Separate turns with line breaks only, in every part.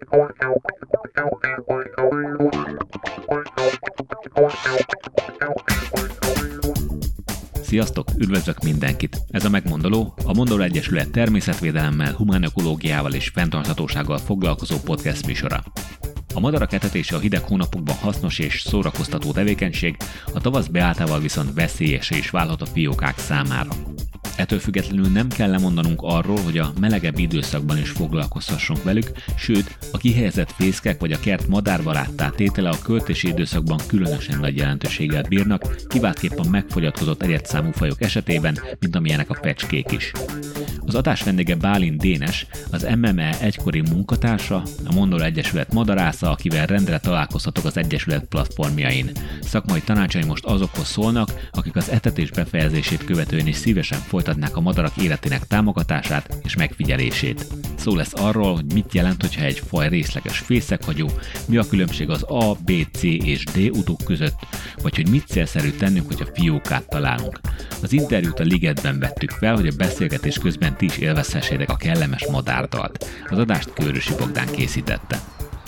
Sziasztok, üdvözlök mindenkit! Ez a Megmondoló, a Mondoló Egyesület természetvédelemmel, humánökológiával és fenntarthatósággal foglalkozó podcast műsora. A madarak etetése a hideg hónapokban hasznos és szórakoztató tevékenység, a tavasz beálltával viszont veszélyes és válhat a fiókák számára. Ettől függetlenül nem kell lemondanunk arról, hogy a melegebb időszakban is foglalkozhassunk velük, sőt, a kihelyezett fészkek vagy a kert madárbaráttá tétele a költési időszakban különösen nagy jelentőséggel bírnak, kiváltképpen megfogyatkozott egyedszámú fajok esetében, mint amilyenek a fecskék is. Az adás vendége Bálint Dénes, az MME egykori munkatársa, a Mondoló Egyesület madarásza, akivel rendre találkozhatok az Egyesület platformjain. Szakmai tanácsai most azokhoz szólnak, akik az etetés befejezését követően is szívesen folytatnák a madarak életének támogatását és megfigyelését. Szó lesz arról, hogy mit jelent, hogyha egy faj részleges fészekhagyó, mi a különbség az A, B, C és D utók között, vagy hogy mit célszerű tennünk, hogyha fiókát találunk. Az interjút a Ligetben vettük fel, hogy a beszélgetés közben ti is élvezhessétek a kellemes madárdalt. Az adást Kőrösi Bogdán készítette.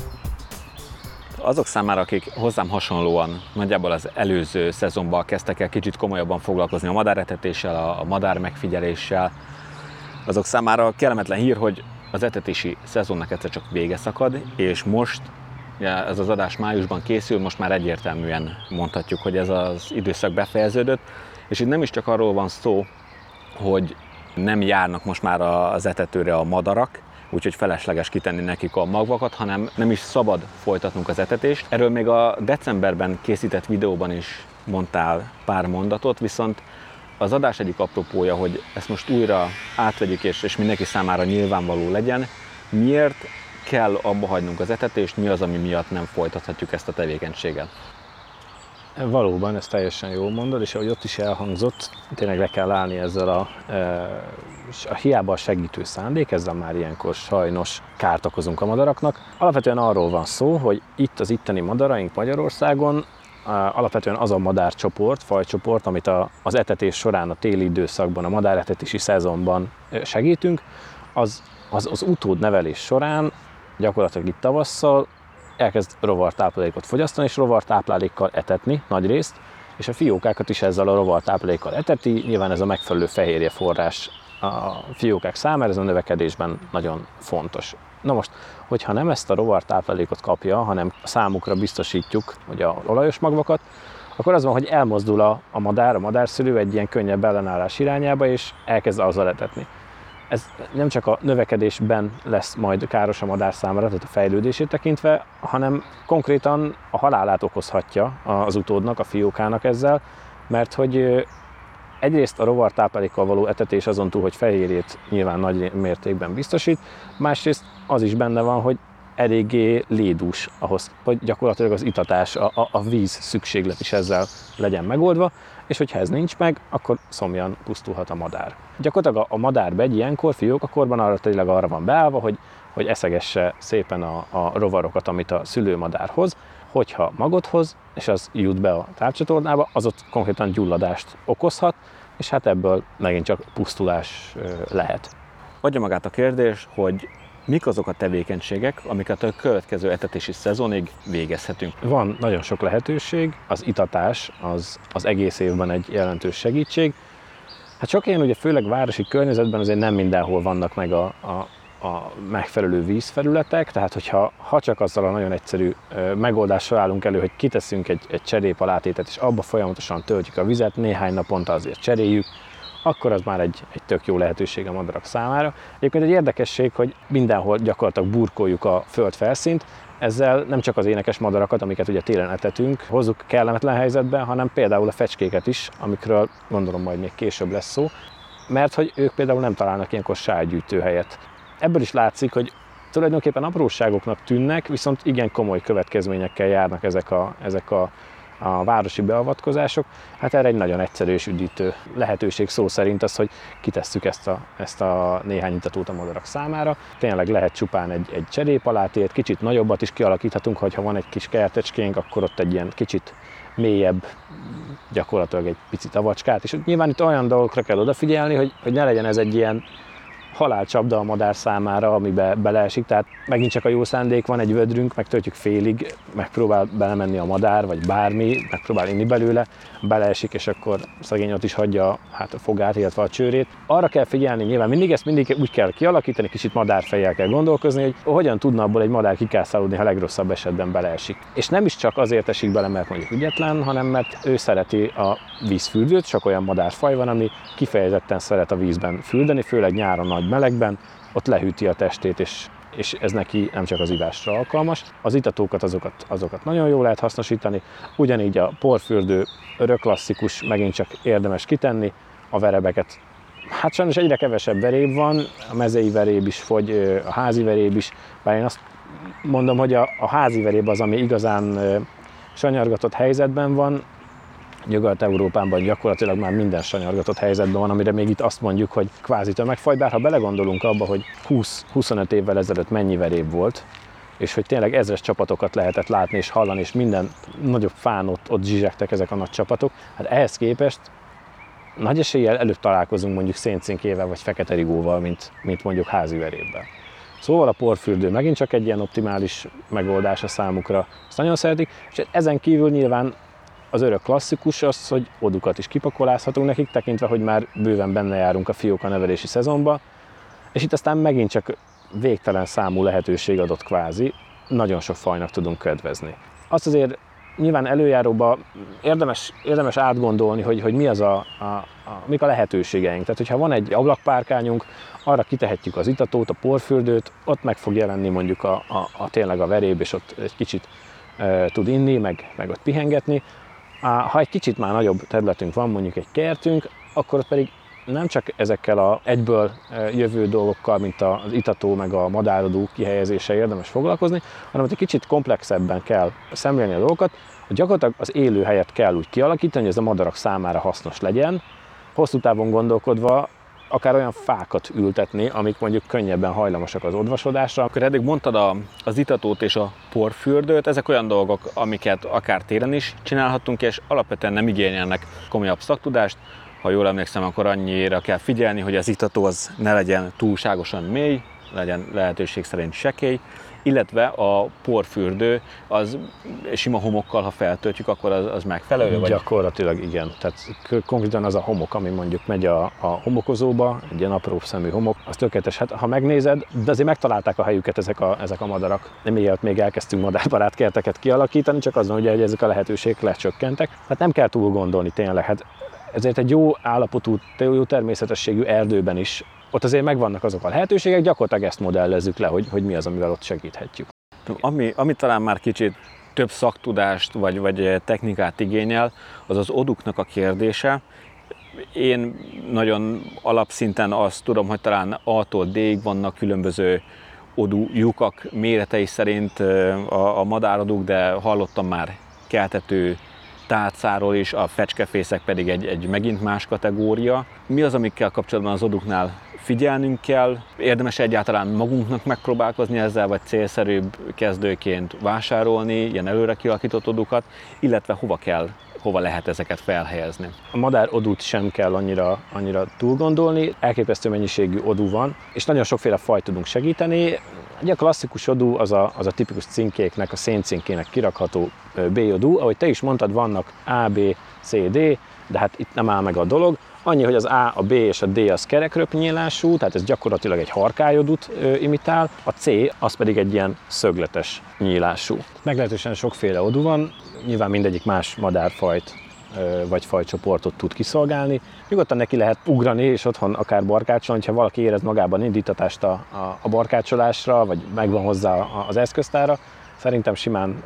Azok számára, akik hozzám hasonlóan nagyjából az előző szezonban kezdtek el kicsit komolyabban foglalkozni a madáretetéssel, a madár megfigyeléssel, azok számára kellemetlen hír, hogy az etetési szezonnak egyszer csak vége szakad, és most, ez az adás májusban készül, most már egyértelműen mondhatjuk, hogy ez az időszak befejeződött, és itt nem is csak arról van szó, hogy nem járnak most már az etetőre a madarak, úgyhogy felesleges kitenni nekik a magvakat, hanem nem is szabad folytatnunk az etetést. Erről még a decemberben készített videóban is mondtál pár mondatot, viszont az adás egyik apropója, hogy ezt most újra átvegyük és mindenki számára nyilvánvaló legyen, miért kell abba hagynunk az etetést, mi az, ami miatt nem folytathatjuk ezt a tevékenységet.
Valóban, ez teljesen jól mondod, és ahogy ott is elhangzott, tényleg le kell állni ezzel a hiába a segítő szándék, ezzel már ilyenkor sajnos kárt okozunk a madaraknak. Alapvetően arról van szó, hogy itt az itteni madaraink Magyarországon alapvetően az a madárcsoport, fajcsoport, amit az etetés során a téli időszakban, a madáretetési szezonban segítünk, az utódnevelés során gyakorlatilag itt tavasszal elkezd rovartáplálékot fogyasztani, és rovartáplálékkal etetni nagyrészt, és a fiókákat is ezzel a rovartáplálékkal eteti. Nyilván ez a megfelelő fehérje forrás a fiókák számára, ez a növekedésben nagyon fontos. Na most, hogyha nem ezt a rovartáplálékot kapja, hanem számukra biztosítjuk hogy a olajos magvakat, akkor az van, hogy elmozdul a madárszülő egy ilyen könnyebb ellenállás irányába, és elkezd azzal etetni. Ez nem csak a növekedésben lesz majd káros a madár számára, tehát a fejlődését tekintve, hanem konkrétan a halálát okozhatja az utódnak, a fiókának ezzel, mert hogy egyrészt a rovartáplálékkal való etetés azon túl, hogy fehérjét nyilván nagy mértékben biztosít, másrészt az is benne van, hogy eléggé lédús ahhoz, hogy gyakorlatilag az itatás, a víz szükséglet is ezzel legyen megoldva, és hogyha ez nincs meg, akkor szomjan pusztulhat a madár. Gyakorlatilag a madárbegy ilyenkor, fiókakorban tényleg arra van beállva, hogy eszegesse szépen a rovarokat, amit a szülőmadár hoz, hogyha magot hoz, és az jut be a tápcsatornába, az ott konkrétan gyulladást okozhat, és hát ebből megint csak pusztulás lehet.
Adja magát a kérdés, hogy mik azok a tevékenységek, amiket a következő etetési szezonig végezhetünk?
Van nagyon sok lehetőség, az itatás az egész évben egy jelentős segítség. Hát sok ilyen ugye főleg városi környezetben azért nem mindenhol vannak meg a megfelelő vízfelületek, tehát hogyha csak azzal a nagyon egyszerű megoldással állunk elő, hogy kiteszünk egy cserépalátétet, és abba folyamatosan töltjük a vizet, néhány naponta azért cseréljük, akkor az már egy tök jó lehetőség a madarak számára. Egyébként egy érdekesség, hogy mindenhol gyakorlatilag burkoljuk a föld felszínt, ezzel nem csak az énekes madarakat, amiket ugye télen etetünk, hozzuk kellemetlen helyzetbe, hanem például a fecskéket is, amikről gondolom majd még később lesz szó, mert hogy ők például nem találnak ilyenkor sájgyűjtőhelyet. Ebből is látszik, hogy tulajdonképpen apróságoknak tűnnek, viszont igen komoly következményekkel járnak ezek a városi beavatkozások. Hát erre egy nagyon egyszerű és üdítő lehetőség szó szerint az, hogy kitesszük ezt a néhány itatót a madarak számára. Tényleg lehet csupán egy cserépalátét, kicsit nagyobbat is kialakíthatunk, hogyha van egy kis kertecskénk, akkor ott egy ilyen kicsit mélyebb, gyakorlatilag egy picit avacskát, és nyilván itt olyan dolgokra kell odafigyelni, hogy ne legyen ez egy ilyen halálcsapda a madár számára, amibe beleesik, tehát megint csak a jó szándék van, egy vödrünk, megtöltjük félig, megpróbál belemenni a madár, vagy bármi, megpróbál inni belőle, beleesik, és akkor szegény ott is hagyja a fogát, illetve a csőrét. Arra kell figyelni, nyilván mindig úgy kell kialakítani, kicsit madárfejjel kell gondolkozni, hogy hogyan tudna abból egy madár kikászálódni, ha legrosszabb esetben beleesik. És nem is csak azért esik bele, mert mondjuk ügyetlen, hanem mert ő szereti a vízfürdőt, csak olyan madárfaj van, ami kifejezetten szeret a vízben fürdeni, főleg nyáron nagy melegben, ott lehűti a testét, és ez neki nem csak az ivásra alkalmas. Az itatókat, azokat nagyon jól lehet hasznosítani, ugyanígy a porfürdő örök klasszikus, megint csak érdemes kitenni, a verebeket. Hát sajnos egyre kevesebb veréb van, a mezei veréb is fogy, a házi veréb is, bár én azt mondom, hogy a házi veréb az, ami igazán sanyargatott helyzetben van. Nyugat-Európában gyakorlatilag már minden sanyargatott helyzetben van, amire még itt azt mondjuk, hogy kvázi tömegfaj, bár ha belegondolunk abba, hogy 20-25 évvel ezelőtt mennyi veréb volt, és hogy tényleg ezres csapatokat lehetett látni és hallani, és minden nagyobb fán ott zsizsegtek ezek a nagy csapatok, hát ehhez képest nagy eséllyel előbb találkozunk mondjuk széncinkével vagy fekete rigóval, mint mondjuk házi verébbel. Szóval a porfürdő megint csak egy ilyen optimális megoldás a számukra, ezt nagyon szeretik, és ezen kívül nyilván az örök klasszikus az, hogy odukat is kipakolázhatunk nekik, tekintve, hogy már bőven benne járunk a fióka nevelési szezonba, és itt aztán megint csak végtelen számú lehetőség adott kvázi, nagyon sok fajnak tudunk kedvezni. Azt azért nyilván előjáróban érdemes átgondolni, hogy mi az mik a lehetőségeink. Tehát, hogyha van egy ablakpárkányunk, arra kitehetjük az itatót, a porfürdőt, ott meg fog jelenni mondjuk tényleg a veréb, és ott egy kicsit tud inni, meg ott pihengetni. Ha egy kicsit már nagyobb területünk van, mondjuk egy kertünk, akkor ott pedig nem csak ezekkel a egyből jövő dolgokkal, mint az itató meg a madárodó kihelyezése érdemes foglalkozni, hanem hogy egy kicsit komplexebben kell szemlélni a dolgokat, hogy gyakorlatilag az élőhelyet kell úgy kialakítani, hogy ez a madarak számára hasznos legyen. Hosszú távon gondolkodva akár olyan fákat ültetni, amik mondjuk könnyebben hajlamosak az odvasodásra.
Akkor eddig mondtad az itatót és a porfürdőt, ezek olyan dolgok, amiket akár téren is csinálhatunk, és alapvetően nem igényelnek komolyabb szaktudást. Ha jól emlékszem, akkor annyira kell figyelni, hogy az itató az ne legyen túlságosan mély, legyen lehetőség szerint sekély, illetve a porfürdő az sima homokkal, ha feltöltjük, akkor az megfelelő? Vagy?
Gyakorlatilag igen. Tehát konkrétan az a homok, ami mondjuk megy a homokozóba, egy ilyen apró szemű homok, az tökéletes. Hát, ha megnézed, de azért megtalálták a helyüket ezek a madarak. Miért még elkezdtünk madárbarát kerteket kialakítani, csak azon, ugye, hogy ezek a lehetőségek lecsökkentek. Hát nem kell túl gondolni tényleg. Hát ezért egy jó állapotú, jó természetességű erdőben is ott azért megvannak azok a lehetőségek, gyakorlatilag ezt modellezzük le, hogy mi az, amivel ott segíthetjük.
Ami talán már kicsit több szaktudást vagy technikát igényel, az az oduknak a kérdése. Én nagyon alapszinten azt tudom, hogy talán A-tól D-ig vannak különböző odú lyukak méretei szerint a madárodók, de hallottam már keltető tálcáról is, a fecskefészek pedig egy megint más kategória. Mi az, amikkel kapcsolatban az oduknál figyelnünk kell? Érdemes egyáltalán magunknak megpróbálkozni ezzel, vagy célszerűbb kezdőként vásárolni ilyen előre kialakított odukat, illetve hova lehet ezeket felhelyezni?
A madár odút sem kell annyira túl gondolni, elképesztő mennyiségű odú van, és nagyon sokféle fajt tudunk segíteni. Egy klasszikus odú az a tipikus cinkéknek, a széncinkének kirakható B-odú. Ahogy te is mondtad, vannak A, B, C, D, de hát itt nem áll meg a dolog. Annyi, hogy az A, a B és a D az kerekröpnyílású, tehát ez gyakorlatilag egy harkályodút imitál, a C az pedig egy ilyen szögletes nyílású. Meglehetősen sokféle odú van, nyilván mindegyik más madárfajt vagy fajcsoportot tud kiszolgálni. Nyugodtan neki lehet ugrani, és otthon akár barkácsolni, ha valaki érez magában indítatást a barkácsolásra, vagy megvan hozzá az eszköztára. Szerintem simán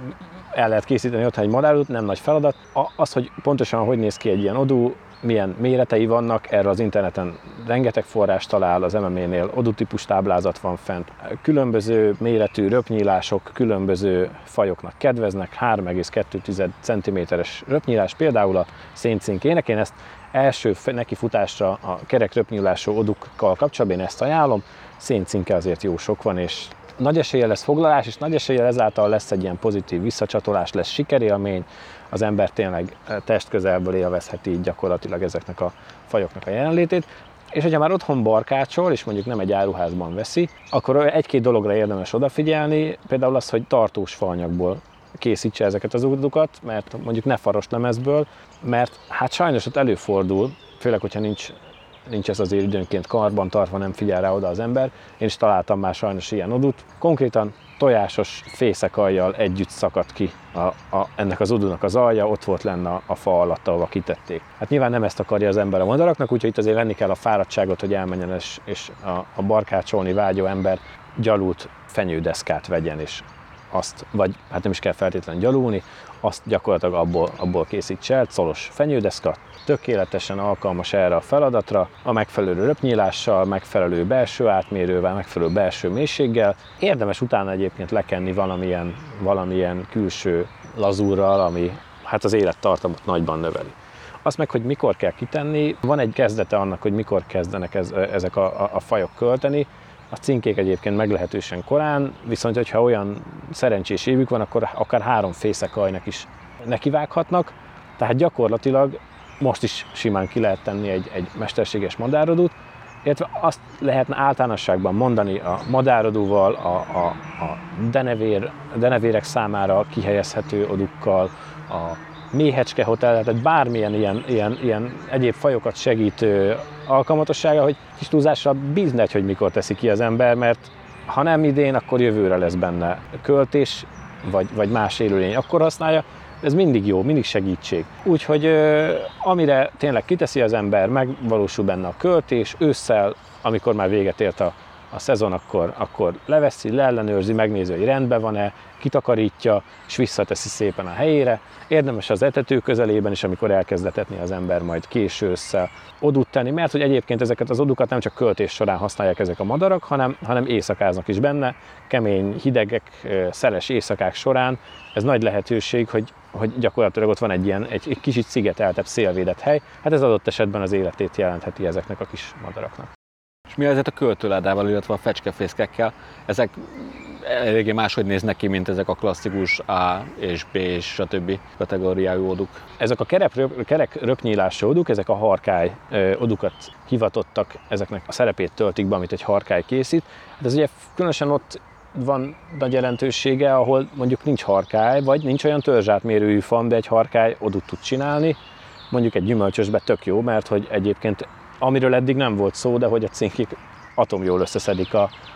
el lehet készíteni otthon egy madárodút, nem nagy feladat. Az, hogy pontosan hogy néz ki egy ilyen odú, milyen méretei vannak, erre az interneten rengeteg forrás talál, az MMA-nél odutípus táblázat van fent. Különböző méretű röpnyílások különböző fajoknak kedveznek, 3,2 cm-es röpnyílás, például a széncinkének. Én ezt első nekifutásra a kerek röpnyílású odukkal kapcsolatban én ezt ajánlom, széncinke azért jó sok van, és nagy eséllyel lesz foglalás, és nagy eséllyel ezáltal lesz egy ilyen pozitív visszacsatolás, lesz sikerélmény, az ember tényleg testközelből élvezheti így gyakorlatilag ezeknek a fajoknak a jelenlétét. És hogyha már otthon barkácsol, és mondjuk nem egy áruházban veszi, akkor egy-két dologra érdemes odafigyelni, például az, hogy tartós faanyagból készítse ezeket az udukat, mert mondjuk ne faros lemezből, mert hát sajnos ott előfordul, főleg, hogyha nincs ez azért időnként karban tartva, nem figyel rá oda az ember. Én is találtam már sajnos ilyen odut. Konkrétan tojásos fészekaljal együtt szakadt ki ennek az udunak az alja, ott volt lenne a fa alatt, ahova kitették. Hát nyilván nem ezt akarja az ember a madaraknak, úgyhogy itt azért venni kell a fáradtságot, hogy elmenjen és a barkácsolni vágyó ember gyalult fenyődeszkát vegyen, és azt, vagy hát nem is kell feltétlenül gyalulni, azt gyakorlatilag abból készítse el, colos fenyődeszka, tökéletesen alkalmas erre a feladatra, a megfelelő röpnyílással, megfelelő belső átmérővel, megfelelő belső mélységgel. Érdemes utána egyébként lekenni valamilyen külső lazúrral, ami hát az élettartamot nagyban növeli. Azt meg, hogy mikor kell kitenni, van egy kezdete annak, hogy mikor kezdenek ezek a fajok költeni. A cinkék egyébként meglehetősen korán, viszont hogyha olyan szerencsés évük van, akkor akár 3 fészekajnak is nekivághatnak, tehát gyakorlatilag most is simán ki lehet tenni egy mesterséges madárodút, illetve azt lehetne általánosságban mondani a madárodúval, a denevérek számára kihelyezhető odukkal, a méhecske hotel, tehát bármilyen ilyen egyéb fajokat segítő alkalmatossága, hogy kis túlzásra bíznegy, hogy mikor teszi ki az ember, mert ha nem idén, akkor jövőre lesz benne költés, vagy más élőlény akkor használja. Ez mindig jó, mindig segítség. Úgyhogy amire tényleg kiteszi az ember, megvalósul benne a költés, ősszel, amikor már véget ért a szezon, akkor leveszi, leellenőrzi, megnézi, hogy rendben van-e, kitakarítja, és visszateszi szépen a helyére. Érdemes az etető közelében is, amikor elkezd etetni az ember, majd késő ősszel odút tenni, mert hogy egyébként ezeket az odukat nem csak költés során használják ezek a madarak, hanem éjszakáznak is benne, kemény, hidegek, szeles éjszakák során. Ez nagy lehetőség, hogy gyakorlatilag ott van egy kicsit szigeteltebb, szélvédett hely. Hát ez adott esetben az életét jelentheti ezeknek a kis madaraknak.
És mi az a költőládával, illetve a fecskefészkekkel? Ezek eléggé máshogy néznek ki, mint ezek a klasszikus A és B és stb. Kategóriájú oduk.
Ezek a kerek röpnyílású oduk, ezek a harkály odukat hivatottak, ezeknek a szerepét töltik be, amit egy harkály készít. Hát ez ugye különösen ott van nagy jelentősége, ahol mondjuk nincs harkály, vagy nincs olyan törzsátmérőjű fa, de egy harkály odut tud csinálni. Mondjuk egy gyümölcsösbe tök jó, mert hogy egyébként amiről eddig nem volt szó, de hogy a cinkék atomjól összeszedik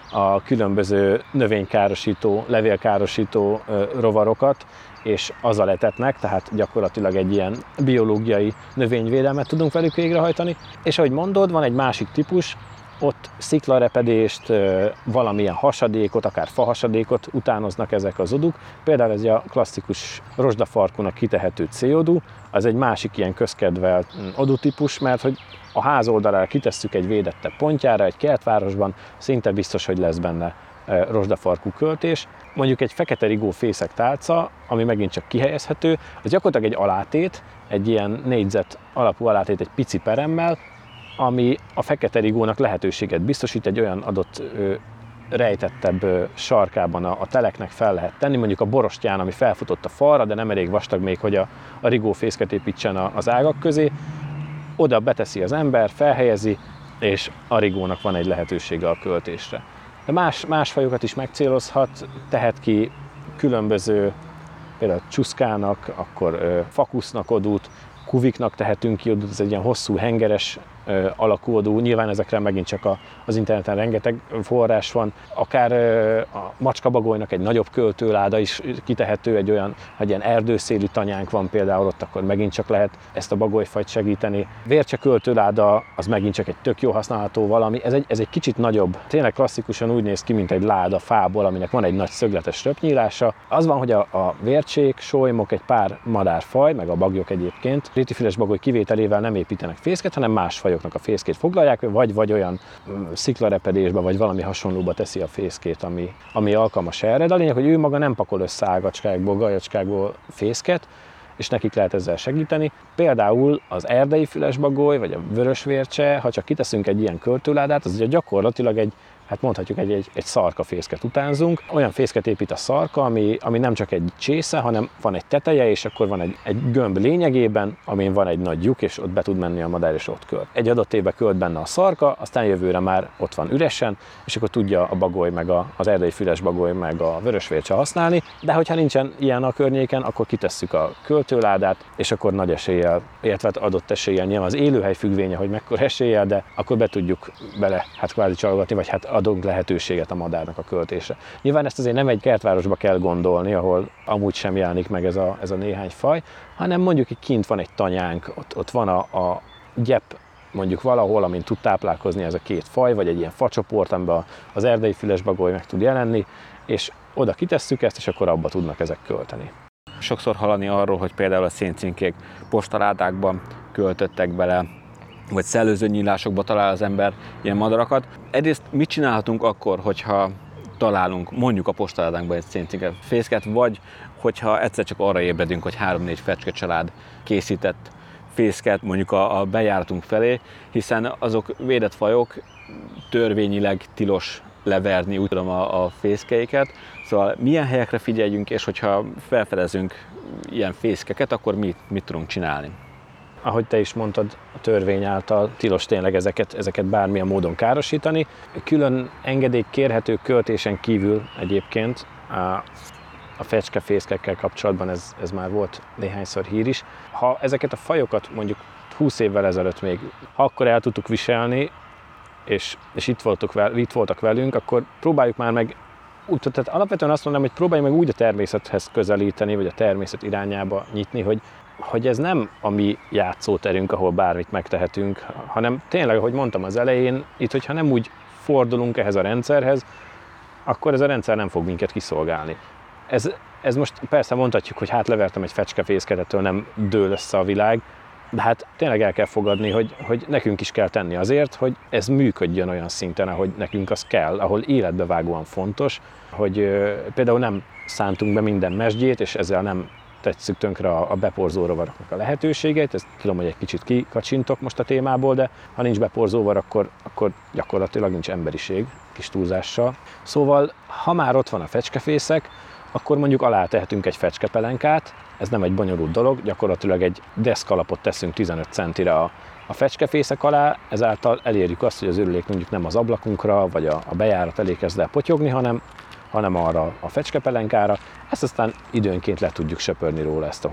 a különböző növénykárosító, levélkárosító rovarokat, és azzal etetnek, tehát gyakorlatilag egy ilyen biológiai növényvédelmet tudunk velük végrehajtani. És ahogy mondod, van egy másik típus, ott sziklarepedést, valamilyen hasadékot, akár fahasadékot utánoznak ezek az oduk. Például ez a klasszikus rozsdafarkúnak kitehető C-odú, az egy másik ilyen közkedvelt odutípus, mert hogy a ház oldalára kitesszük egy védettebb pontjára, egy kertvárosban, szinte biztos, hogy lesz benne rozsdafarkú költés. Mondjuk egy fekete rigó fészek tálca, ami megint csak kihelyezhető, az gyakorlatilag egy alátét, egy ilyen négyzet alapú alátét egy pici peremmel, ami a fekete rigónak lehetőséget biztosít, egy olyan adott rejtettebb sarkában a teleknek fel lehet tenni, mondjuk a borostyán, ami felfutott a falra, de nem elég vastag még, hogy a rigó fészket építsen az ágak közé. Oda beteszi az ember, felhelyezi, és a rigónak van egy lehetősége a költésre. De más fajokat is megcélozhat, tehet ki különböző, például csuszkának, akkor fakusznak odút, kuviknak tehetünk ki odút, ez egy ilyen hosszú hengeres alakú odú, nyilván ezekre megint csak az interneten rengeteg forrás van, akár a macskabagolynak egy nagyobb költőláda is kitehető, egy olyan, hogy ilyen erdőszéli tanyánk van például ott, akkor megint csak lehet ezt a bagolyfajt segíteni. Vércse költőláda, az megint csak egy tök jó használható valami, ez egy kicsit nagyobb, tényleg klasszikusan úgy néz ki, mint egy láda fából, aminek van egy nagy szögletes röpnyílása. Az van, hogy a vércsék, solymok, egy pár madárfaj, meg a bagyok egyébként, rétifüles bagoly kivételével nem építenek fészket, hanem más fajoknak a fészkét foglalják, vagy olyan sziklarepedésbe, vagy valami hasonlóba teszi a fészkét, ami alkalmas erre. De a lényeg, hogy ő maga nem pakol össze ágacskákból, gajacskákból fészket, és nekik lehet ezzel segíteni. Például az erdei fülesbagoly, vagy a vörösvércse, ha csak kiteszünk egy ilyen költőládát, az ugye gyakorlatilag hát mondhatjuk egy szarkafészket utánzunk. Olyan fészket épít a szarka, ami nem csak egy csésze, hanem van egy teteje, és akkor van egy gömb lényegében, amin van egy nagy lyuk, és ott be tud menni a madár, és ott költ. Egy adott évben költ benne a szarka, aztán jövőre már ott van üresen, és akkor tudja a bagoly, meg az erdei füles bagoly, meg a vörösvércse használni, de hogyha nincsen ilyen a környéken, akkor kitesszük a költőládát, és akkor nagy eséllyel, illetve adott eséllyel, nyilván az élőhely függvénye, hogy mekkora eséllyel, de akkor be tudjuk bele kvázi csalogatni, vagy adunk lehetőséget a madárnak a költésre. Nyilván ezt azért nem egy kertvárosba kell gondolni, ahol amúgy sem jelenik meg ez a néhány faj, hanem mondjuk itt kint van egy tanyánk, ott van a gyep, mondjuk valahol, amin tud táplálkozni ez a két faj, vagy egy ilyen facsoport, amiben az erdei fülesbagoly meg tud jelenni, és oda kitesszük ezt, és akkor abba tudnak ezek költeni.
Sokszor hallani arról, hogy például a széncinkék postaládákban költöttek bele, vagy szellőzőnyílásokba talál az ember ilyen madarakat. Egyrészt mit csinálhatunk akkor, hogyha találunk mondjuk a postaládánkban egy széncinke fészket, vagy hogyha egyszer csak arra ébredünk, hogy 3-4 fecske család készített fészket mondjuk a bejáratunk felé, hiszen azok védett fajok, törvényileg tilos leverni, úgy tudom, a fészkeiket. Szóval milyen helyekre figyeljünk, és hogyha felfedezünk ilyen fészkeket, akkor mit tudunk csinálni?
Ahogy te is mondtad, a törvény által tilos tényleg ezeket bármilyen módon károsítani. Külön engedély kérhető költésen kívül egyébként a fecskefészkekkel kapcsolatban ez már volt néhányszor hír is. Ha ezeket a fajokat mondjuk 20 évvel ezelőtt még, ha akkor el tudtuk viselni, és itt voltak velünk, akkor próbáljuk már meg, tehát alapvetően azt mondom, hogy próbáljuk meg úgy a természethez közelíteni, vagy a természet irányába nyitni, hogy ez nem a mi játszóterünk, ahol bármit megtehetünk, hanem tényleg, ahogy mondtam az elején, itt, hogyha nem úgy fordulunk ehhez a rendszerhez, akkor ez a rendszer nem fog minket kiszolgálni. Ez most persze mondhatjuk, hogy hát levertem egy fecskefészket, ettől nem dől össze a világ, de hát tényleg el kell fogadni, hogy nekünk is kell tenni azért, hogy ez működjön olyan szinten, ahogy nekünk az kell, ahol életbevágóan fontos, hogy például nem szántunk be minden mesdjét, és ezzel nem tetszük tönkre a beporzó rovaroknak a lehetőségeit. Ezt tudom, hogy egy kicsit kikacsintok most a témából, de ha nincs beporzóvar, akkor gyakorlatilag nincs emberiség, kis túlzással. Szóval, ha már ott van a fecskefészek, akkor mondjuk alá tehetünk egy fecskepelenkát, ez nem egy bonyolult dolog, gyakorlatilag egy deszkalapot teszünk 15 centire a fecskefészek alá, ezáltal elérjük azt, hogy az ürülék mondjuk nem az ablakunkra, vagy a bejárat elé kezd el potyogni, hanem arra a fecskepelenkára. Ezt aztán időnként le tudjuk söpörni róla ezt a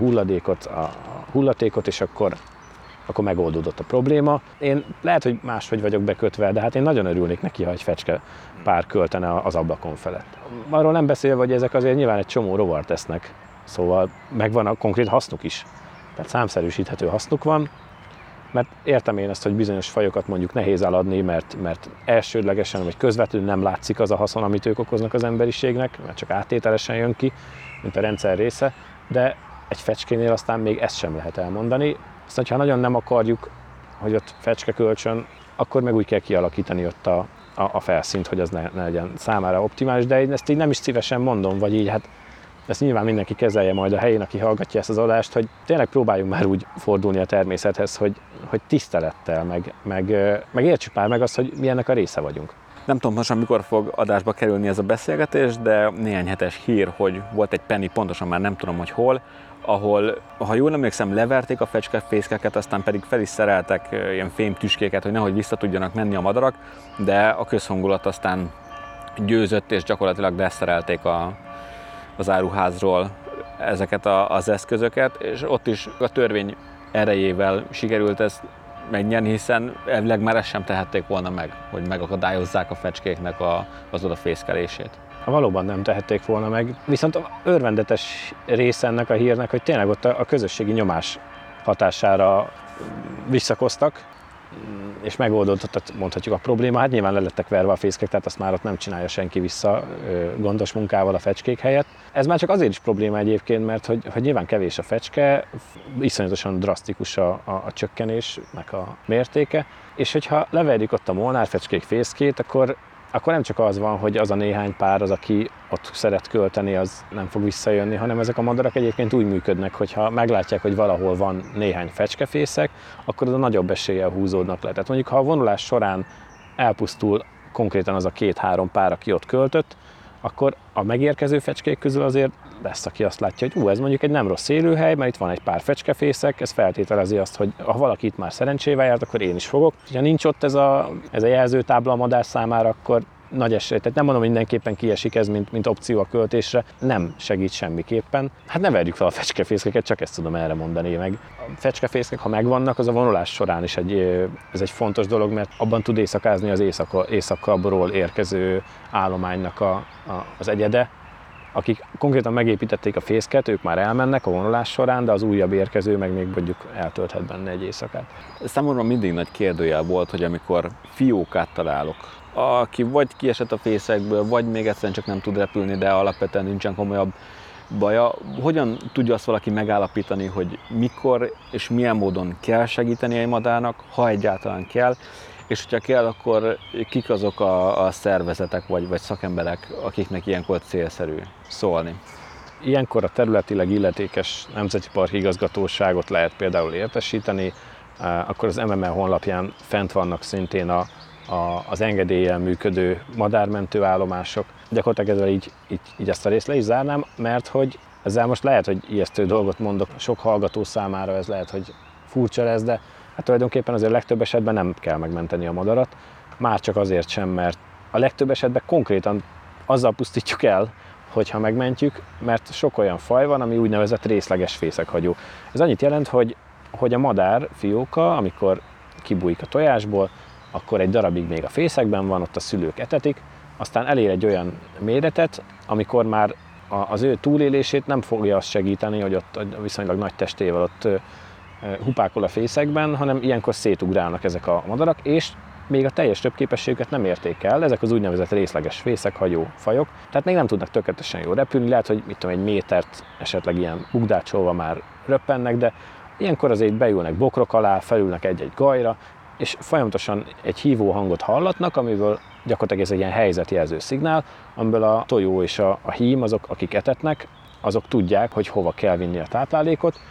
hullatékot, és akkor megoldódott a probléma. Én lehet, hogy máshogy vagyok bekötve, de hát én nagyon örülnék neki, ha egy fecske pár költene az ablakon felett. Arról nem beszélve, hogy ezek azért nyilván egy csomó rovart esznek, szóval megvan a konkrét hasznuk is. Tehát számszerűsíthető hasznuk van, mert értem én ezt, hogy bizonyos fajokat mondjuk nehéz eladni, mert elsődlegesen vagy közvetlenül nem látszik az a haszon, amit ők okoznak az emberiségnek, mert csak áttételesen jön ki, mint a rendszer része, de egy fecskénél aztán még ezt sem lehet elmondani. Aztán, ha nagyon nem akarjuk, hogy ott fecske kölcsön, akkor meg úgy kell kialakítani ott a felszínt, hogy az ne legyen számára optimális, de én ezt így nem is szívesen mondom, vagy így hát ezt nyilván mindenki kezelje majd a helyén, aki hallgatja ezt az adást, hogy tényleg próbáljunk már úgy fordulni a természethez, hogy tisztelettel, meg értsük már meg azt, hogy mi ennek a része vagyunk.
Nem tudom pontosan, mikor fog adásba kerülni ez a beszélgetés, de néhány hetes hír, hogy volt egy penny, pontosan már nem tudom, hogy hol, ahol, ha jól emlékszem, leverték a fecskefészkeket, aztán pedig fel is szereltek ilyen fémtüskéket, hogy nehogy vissza tudjanak menni a madarak, de a közhangulat aztán győzött, és gyakorlatilag leszerelték az áruházról ezeket az eszközöket, és ott is a törvény erejével sikerült ezt megnyerni, hiszen elvileg már ezt sem tehették volna meg, hogy megakadályozzák a fecskéknek az odafészkelését.
Valóban nem tehették volna meg, viszont örvendetes része ennek a hírnek, hogy tényleg ott a közösségi nyomás hatására visszakoztak, és megoldódott, mondhatjuk, a probléma. Hát nyilván le lettek verve a fészkek, tehát azt már ott nem csinálja senki vissza gondos munkával a fecskék helyett. Ez már csak azért is probléma egyébként, mert hogy nyilván kevés a fecske, iszonyatosan drasztikus a csökkenés, meg a mértéke, és hogyha leverjük ott a molnárfecskék fészkét, akkor nem csak az van, hogy az a néhány pár, az, aki ott szeret költeni, az nem fog visszajönni, hanem ezek a madarak egyébként úgy működnek, hogy ha meglátják, hogy valahol van néhány fecskefészek, akkor az a nagyobb eséllyel húzódnak le. Tehát mondjuk, ha a vonulás során elpusztul konkrétan az a 2-3 pár, aki ott költött, akkor a megérkező fecskék közül azért lesz, aki azt látja, hogy ez mondjuk egy nem rossz élőhely, mert itt van egy pár fecskefészek, ez feltételezi azt, hogy ha valaki itt már szerencsével járt, akkor én is fogok. Ha nincs ott ez a jelzőtábla a madár számára, akkor nagy esély. Tehát nem mondom, hogy mindenképpen kiesik ez, mint opció a költésre, nem segít semmiképpen. Hát ne verjük fel a fecskefészkeket, csak ezt tudom erre mondani meg. A fecskefészkek, ha megvannak, az a vonulás során is ez egy fontos dolog, mert abban tud éjszakázni az északabbról érkező állománynak az egyede, akik konkrétan megépítették a fészket, ők már elmennek a vonulás során, de az újabb érkező meg még mondjuk eltölthet benne egy éjszakát.
Számomra mindig nagy kérdőjel volt, hogy amikor fiókát találok, aki vagy kiesett a fészekből, vagy még egyszerűen csak nem tud repülni, de alapvetően nincsen komolyabb baja. Hogyan tudja azt valaki megállapítani, hogy mikor és milyen módon kell segíteni egy madárnak, ha egyáltalán kell, és hogyha kell, akkor kik azok a szervezetek vagy szakemberek, akiknek ilyenkor célszerű szólni?
Ilyenkor a területileg illetékes Nemzeti Park Igazgatóságot lehet például értesíteni, akkor az MML honlapján fent vannak szintén az engedéllyel működő madármentő állomások. Gyakorlatilag ezzel így ezt a részt le is zárnám, mert hogy ezzel most lehet, hogy ijesztő dolgot mondok, sok hallgató számára ez lehet, hogy furcsa lesz, de hát tulajdonképpen azért a legtöbb esetben nem kell megmenteni a madarat, már csak azért sem, mert a legtöbb esetben konkrétan azzal pusztítjuk el, hogyha megmentjük, mert sok olyan faj van, ami úgynevezett részleges fészekhagyó. Ez annyit jelent, hogy a madár fióka, amikor kibújik a tojásból, akkor egy darabig még a fészekben van, ott a szülők etetik, aztán elér egy olyan méretet, amikor már az ő túlélését nem fogja azt segíteni, hogy ott viszonylag nagy testével ott hupákol a fészekben, hanem ilyenkor szétugrálnak ezek a madarak, és még a teljes röpképességüket nem érték el, ezek az úgynevezett részleges fészekhagyó fajok, tehát még nem tudnak tökéletesen jól repülni, lehet, hogy egy métert esetleg ilyen bugdácsolva már röppennek, de ilyenkor azért beülnek bokrok alá, felülnek egy-egy gajra, és folyamatosan egy hívó hangot hallatnak, amiből gyakorlatilag ez egy ilyen helyzetjelző szignál, amiből a tojó és a hím, azok, akik etetnek, azok tudják, hogy hova kell vinni a táplálékot,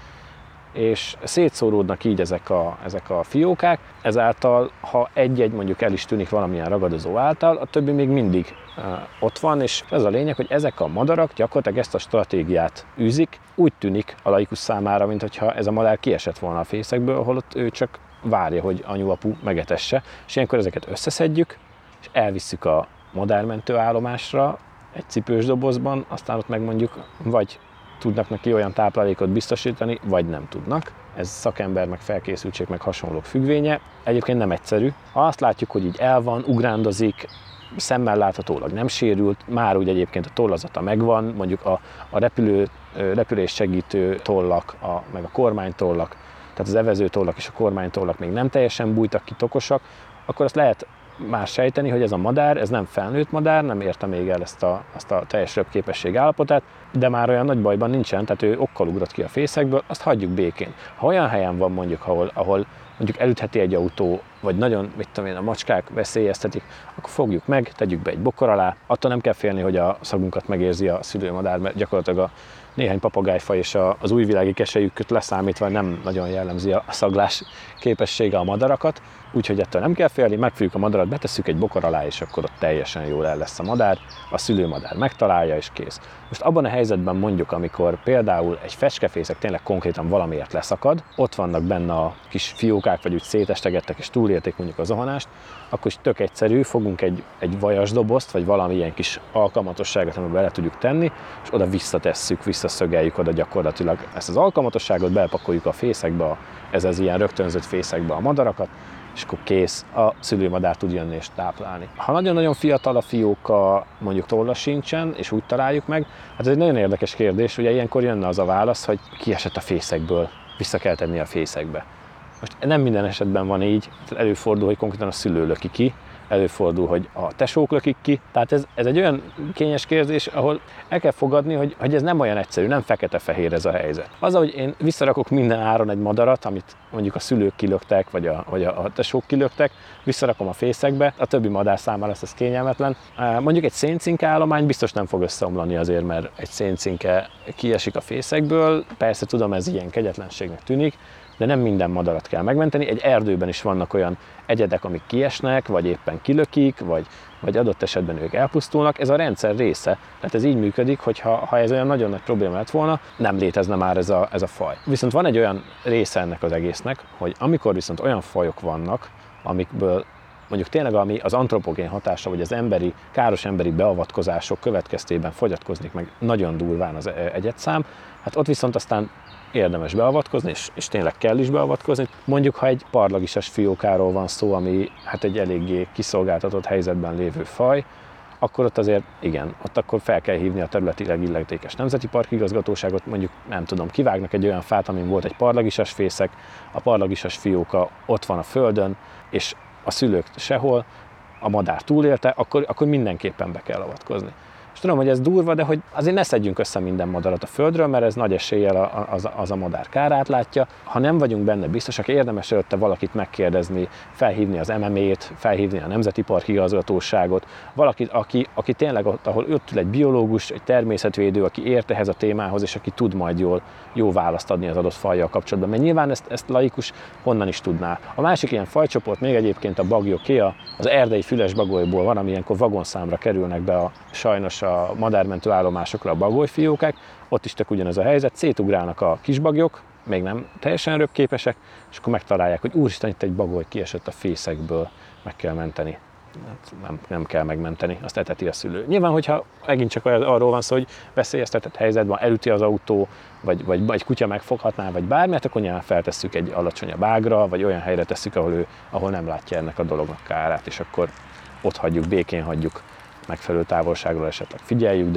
és szétszóródnak így ezek a fiókák, ezáltal, ha egy-egy mondjuk el is tűnik valamilyen ragadozó által, a többi még mindig ott van, és ez a lényeg, hogy ezek a madarak gyakorlatilag ezt a stratégiát űzik, úgy tűnik a laikus számára, mintha ez a madár kiesett volna a fészekből, holott ő csak várja, hogy anyu-apu megetesse, és ilyenkor ezeket összeszedjük, és elvisszük a madármentő állomásra egy cipős dobozban, aztán ott meg mondjuk vagy tudnak neki olyan táplálékot biztosítani, vagy nem tudnak. Ez szakember, meg felkészültség, meg hasonlók függvénye. Egyébként nem egyszerű. Ha azt látjuk, hogy így el van, ugrándozik, szemmel láthatólag nem sérült, már úgy egyébként a tollazata megvan, mondjuk a repülés segítő tollak, meg a kormánytollak, tehát az evezőtollak és a kormánytollak még nem teljesen bújtak ki, tokosak, akkor azt lehet már sejteni, hogy ez a madár, ez nem felnőtt madár, nem érte még el azt a teljes röpképesség állapotát, de már olyan nagy bajban nincsen, tehát ő okkal ugrott ki a fészekből, azt hagyjuk békén. Ha olyan helyen van mondjuk, ahol mondjuk elütheti egy autó, vagy nagyon, a macskák veszélyeztetik, akkor fogjuk meg, tegyük be egy bokor alá, attól nem kell félni, hogy a szagunkat megérzi a szülőmadár, mert gyakorlatilag a néhány papagájfaj és az újvilági keselyüket leszámítva nem nagyon jellemzi a szaglás képessége a madarakat, úgyhogy ettől nem kell félni, megfogjuk a madarat, betesszük egy bokor alá, és akkor ott teljesen jól el lesz a madár, a szülőmadár megtalálja, és kész. Most abban a helyzetben mondjuk, amikor például egy fecskefészek tényleg konkrétan valamiért leszakad, ott vannak benne a kis fiókák, vagy úgy szétestegettek, és túlélték mondjuk a zuhanást, akkor is tök egyszerű, fogunk egy vajasdobozt, vagy valamilyen kis alkalmatosságot, amiben bele tudjuk tenni, és oda visszatesszük, visszaszögeljük oda gyakorlatilag ezt az alkalmatosságot, belepakoljuk a fészekbe, ez az ilyen rögtönzött fészekbe a madarakat, és akkor kész, a szülőmadár tud jönni és táplálni. Ha nagyon-nagyon fiatal a fióka, mondjuk tolla sincsen, és úgy találjuk meg, hát ez egy nagyon érdekes kérdés, ugye ilyenkor jönne az a válasz, hogy kiesett a fészekből, vissza kell tenni a fészekbe. Most nem minden esetben van így, előfordul, hogy konkrétan a szülő löki ki, előfordul, hogy a tesók lökik ki. Tehát ez egy olyan kényes kérdés, ahol el kell fogadni, hogy ez nem olyan egyszerű, nem fekete-fehér ez a helyzet. Az, hogy én visszarakok minden áron egy madarat, amit mondjuk a szülők kilöktek, vagy a tesók kilöktek, visszarakom a fészekbe, a többi madár számára lesz ez kényelmetlen. Mondjuk egy széncinke állomány biztos nem fog összeomlani azért, mert egy széncinke kiesik a fészekből. Persze tudom, ez ilyen kegyetlenségnek tűnik, de nem minden madarat kell megmenteni. Egy erdőben is vannak olyan egyedek, amik kiesnek, vagy éppen kilökik, vagy adott esetben ők elpusztulnak. Ez a rendszer része, tehát ez így működik, hogy ha ez olyan nagyon nagy probléma lett volna, nem létezne már ez a faj. Viszont van egy olyan része ennek az egésznek, hogy amikor viszont olyan fajok vannak, amikből mondjuk tényleg ami az antropogén hatása, vagy az káros emberi beavatkozások következtében fogyatkozik meg nagyon durván az egyedszám, hát ott viszont aztán érdemes beavatkozni, és tényleg kell is beavatkozni. Mondjuk, ha egy parlagisas fiókáról van szó, ami hát egy eléggé kiszolgáltatott helyzetben lévő faj, akkor ott azért igen, ott akkor fel kell hívni a területileg illetékes nemzeti parkigazgatóságot, mondjuk nem tudom, kivágnak egy olyan fát, amin volt egy parlagisas fészek, a parlagisas fióka ott van a földön, és a szülők sehol, a madár túlélte, akkor mindenképpen be kell avatkozni. És tudom, hogy ez durva, de hogy azért ne szedjünk össze minden madarat a földről, mert ez nagy eséllyel az a madár kárát látja. Ha nem vagyunk benne biztosak, érdemes előtte valakit megkérdezni, felhívni az MMA-t, felhívni a Nemzeti Parkigazgatóságot, valakit, aki tényleg ott, ahol ott ül egy biológus, egy természetvédő, aki ért ehhez a témához, és aki tud majd jó választ adni az adott fajjal kapcsolatban. Mert nyilván ezt laikus honnan is tudná. A másik ilyen fajcsoport még egyébként a bagyoké, az erdei füles bagolyból van, ami ilyenkor vagonszámra kerülnek be sajnos a madármentő állomásokra a bagolyfiókák, ott is tök ugyanez a helyzet, szétugrálnak a kisbagyok, még nem teljesen röpképesek, és akkor megtalálják, hogy úristen, itt egy bagoly kiesett a fészekből, meg kell menteni. Nem kell megmenteni, azt eteti a szülő. Nyilván, hogyha megint csak arról van szó, hogy veszélyeztetett helyzetben elüti az autó, vagy egy kutya megfoghatná, vagy bármilyet, akkor nyilván feltesszük egy alacsonyabb ágra, vagy olyan helyre tesszük, ahol nem látja ennek a dolognak kárát, és akkor ott hagyjuk, békén hagyjuk, megfelelő távolságról esetleg figyeljük,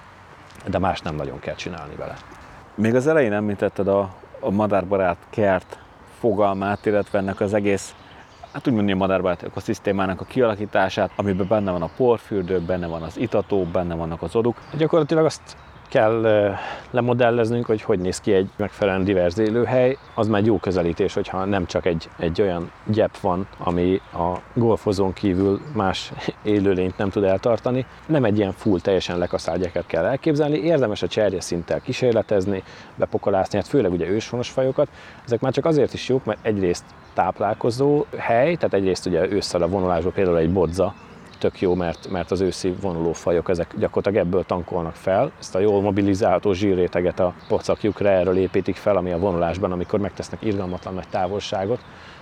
de más nem nagyon kell csinálni vele.
Még az elején említetted a madárbarát kert fogalmát, illetve ennek az egész, hát úgy mondani, a madárbarát ökoszisztémának a kialakítását, amiben benne van a porfürdő, benne van az itató, benne vannak az oduk.
Gyakorlatilag azt kell lemodelleznünk, hogy néz ki egy megfelelően divers élőhely. Az már egy jó közelítés, hogyha nem csak egy olyan gyep van, ami a golfozón kívül más élőlényt nem tud eltartani. Nem egy ilyen full, teljesen lekaszált gyepet kell elképzelni. Érdemes a cserjeszinttel kísérletezni, bepokolászni, hát főleg ugye őshonos fajokat. Ezek már csak azért is jók, mert egyrészt táplálkozó hely, tehát egyrészt ugye ősszel a vonulásban például egy bodza, tök jó, mert az őszi vonulófajok ezek gyakorlatilag ebből tankolnak fel. Ezt a jól mobilizálható zsírréteget a pocakjukra erről építik fel, ami a vonulásban, amikor megtesznek irgalmatlan nagy távolságot,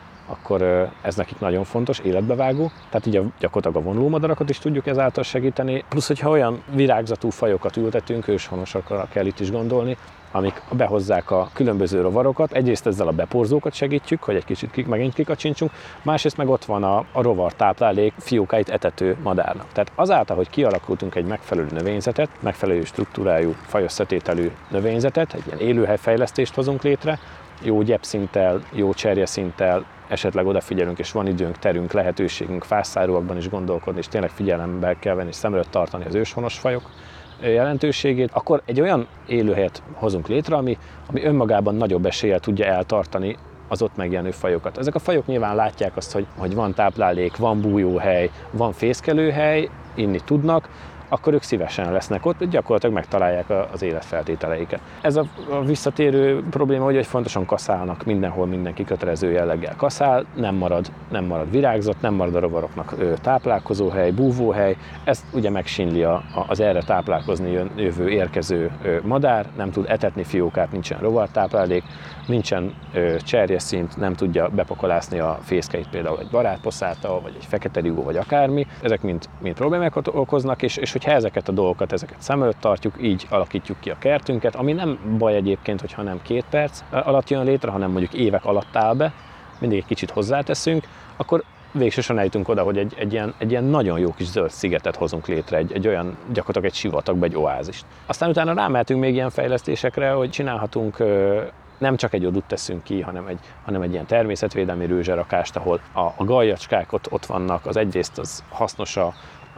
akkor ez nekik nagyon fontos, életbevágó. Tehát így gyakorlatilag a vonulómadarakat is tudjuk ezáltal segíteni. Plusz, hogyha olyan virágzatú fajokat ültetünk, őshonosakra kell itt is gondolni, amik behozzák a különböző rovarokat. Egyrészt ezzel a beporzókat segítjük, hogy egy kicsit megint kikacsintsunk, másrészt meg ott van a rovar táplálék fiókáit etető madárnak. Tehát azáltal, hogy kialakultunk egy megfelelő növényzetet, megfelelő struktúrájú, fajoszatételű növényzetet, egy ilyen élőhelyfejlesztést hozunk létre, jó gyepszinttel, jó cserjeszinttel, esetleg odafigyelünk, és van időnk, terünk, lehetőségünk fászárúakban is gondolkodni, és tényleg figyelembe kell venni, és szem előtt tartani az őshonos fajok jelentőségét, akkor egy olyan élőhelyet hozunk létre, ami önmagában nagyobb eséllyel tudja eltartani az ott megjelenő fajokat. Ezek a fajok nyilván látják azt, hogy van táplálék, van bújóhely, van fészkelőhely, inni tudnak, akkor ők szívesen lesznek ott, gyakorlatilag megtalálják az életfeltételeiket. Ez a visszatérő probléma, hogy fontosan kaszálnak, mindenhol mindenki kötelező jelleggel kaszál, nem marad virágzat, nem marad a rovaroknak táplálkozóhely, búvóhely, ezt ugye megsínli az erre táplálkozni jövő érkező madár, nem tud etetni fiókát, nincsen rovartáplálék, nincsen cserjeszint, nem tudja bepakolászni a fészkeit például egy barátposzáttal, vagy egy fekete rigó, vagy akármi. Ezek mind problémákat okoznak, és hogyha ezeket a dolgokat szem előtt tartjuk, így alakítjuk ki a kertünket, ami nem baj egyébként, hogyha nem 2 perc alatt jön létre, hanem mondjuk évek alatt áll be, mindig egy kicsit hozzáteszünk, akkor végsősorban eljutunk oda, hogy egy ilyen nagyon jó kis zöld szigetet hozunk létre, egy olyan gyakorlatilag egy sivatagba, egy oázist. Aztán utána rámehetünk még ilyen fejlesztésekre, hogy csinálhatunk nem csak egy odút teszünk ki, hanem egy ilyen természetvédelmi rőzserakást, ahol a gajacskák ott vannak, az egyrészt az hasznos a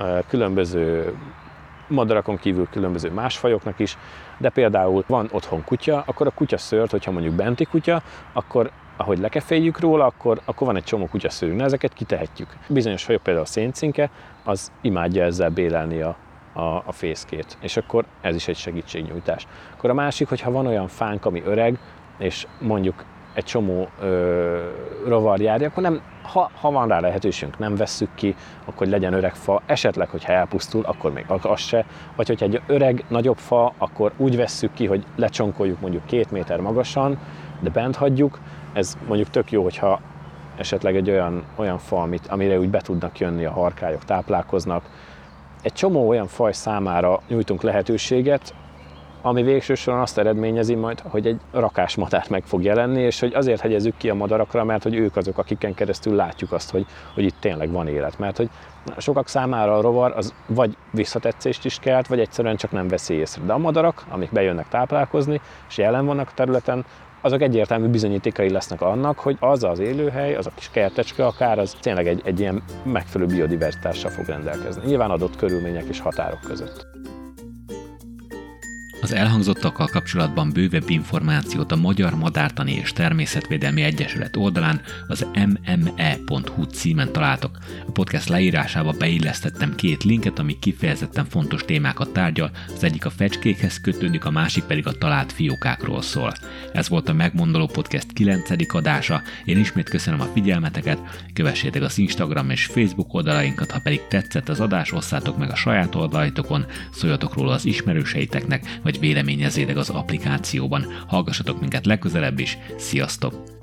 különböző madarakon kívül különböző más fajoknak is, de például van otthon kutya, akkor a kutyaszőrt, hogyha mondjuk benti kutya, akkor ahogy lekeféljük róla, akkor van egy csomó kutyaszőrünk, ezeket kitehetjük. Bizonyos fajok, például a széncinke, az imádja ezzel bélelni a fészkét, és akkor ez is egy segítségnyújtás. Akkor a másik, hogyha van olyan fánk, ami öreg, és mondjuk egy csomó rovar járja, akkor nem, ha van rá lehetőségünk, nem vesszük ki, akkor legyen öreg fa, esetleg, hogyha elpusztul, akkor még az se, vagy hogyha egy öreg, nagyobb fa, akkor úgy vesszük ki, hogy lecsonkoljuk mondjuk 2 méter magasan, de bent hagyjuk. Ez mondjuk tök jó, hogyha esetleg egy olyan fa, amire úgy be tudnak jönni a harkályok, táplálkoznak. Egy csomó olyan faj számára nyújtunk lehetőséget, ami végső soron azt eredményezi majd, hogy egy rakásmadár meg fog jelenni, és hogy azért hegyezzük ki a madarakra, mert hogy ők azok, akiken keresztül látjuk azt, hogy itt tényleg van élet. Mert hogy sokak számára a rovar az vagy visszatetszést is kelt, vagy egyszerűen csak nem veszi észre. De a madarak, amik bejönnek táplálkozni, és jelen vannak a területen, azok egyértelmű bizonyítékai lesznek annak, hogy az az élőhely, az a kis kertecske akár, az tényleg egy ilyen megfelelő biodiverzitással fog rendelkezni. Nyilván adott körülmények és határok között.
Az elhangzottakkal kapcsolatban bővebb információt a Magyar Madártani és Természetvédelmi Egyesület oldalán, az mme.hu címen találtok. A podcast leírásába beillesztettem 2 linket, ami kifejezetten fontos témákat tárgyal, az egyik a fecskékhez kötődik, a másik pedig a talált fiókákról szól. Ez volt a Megmondoló Podcast 9. adása, én ismét köszönöm a figyelmeteket, kövessétek az Instagram és Facebook oldalainkat, ha pedig tetszett az adás, osszátok meg a saját oldalaitokon, szóljatok róla az ismerőseiteknek, vagy véleményezzétek az applikációban. Hallgassatok minket legközelebb is, sziasztok!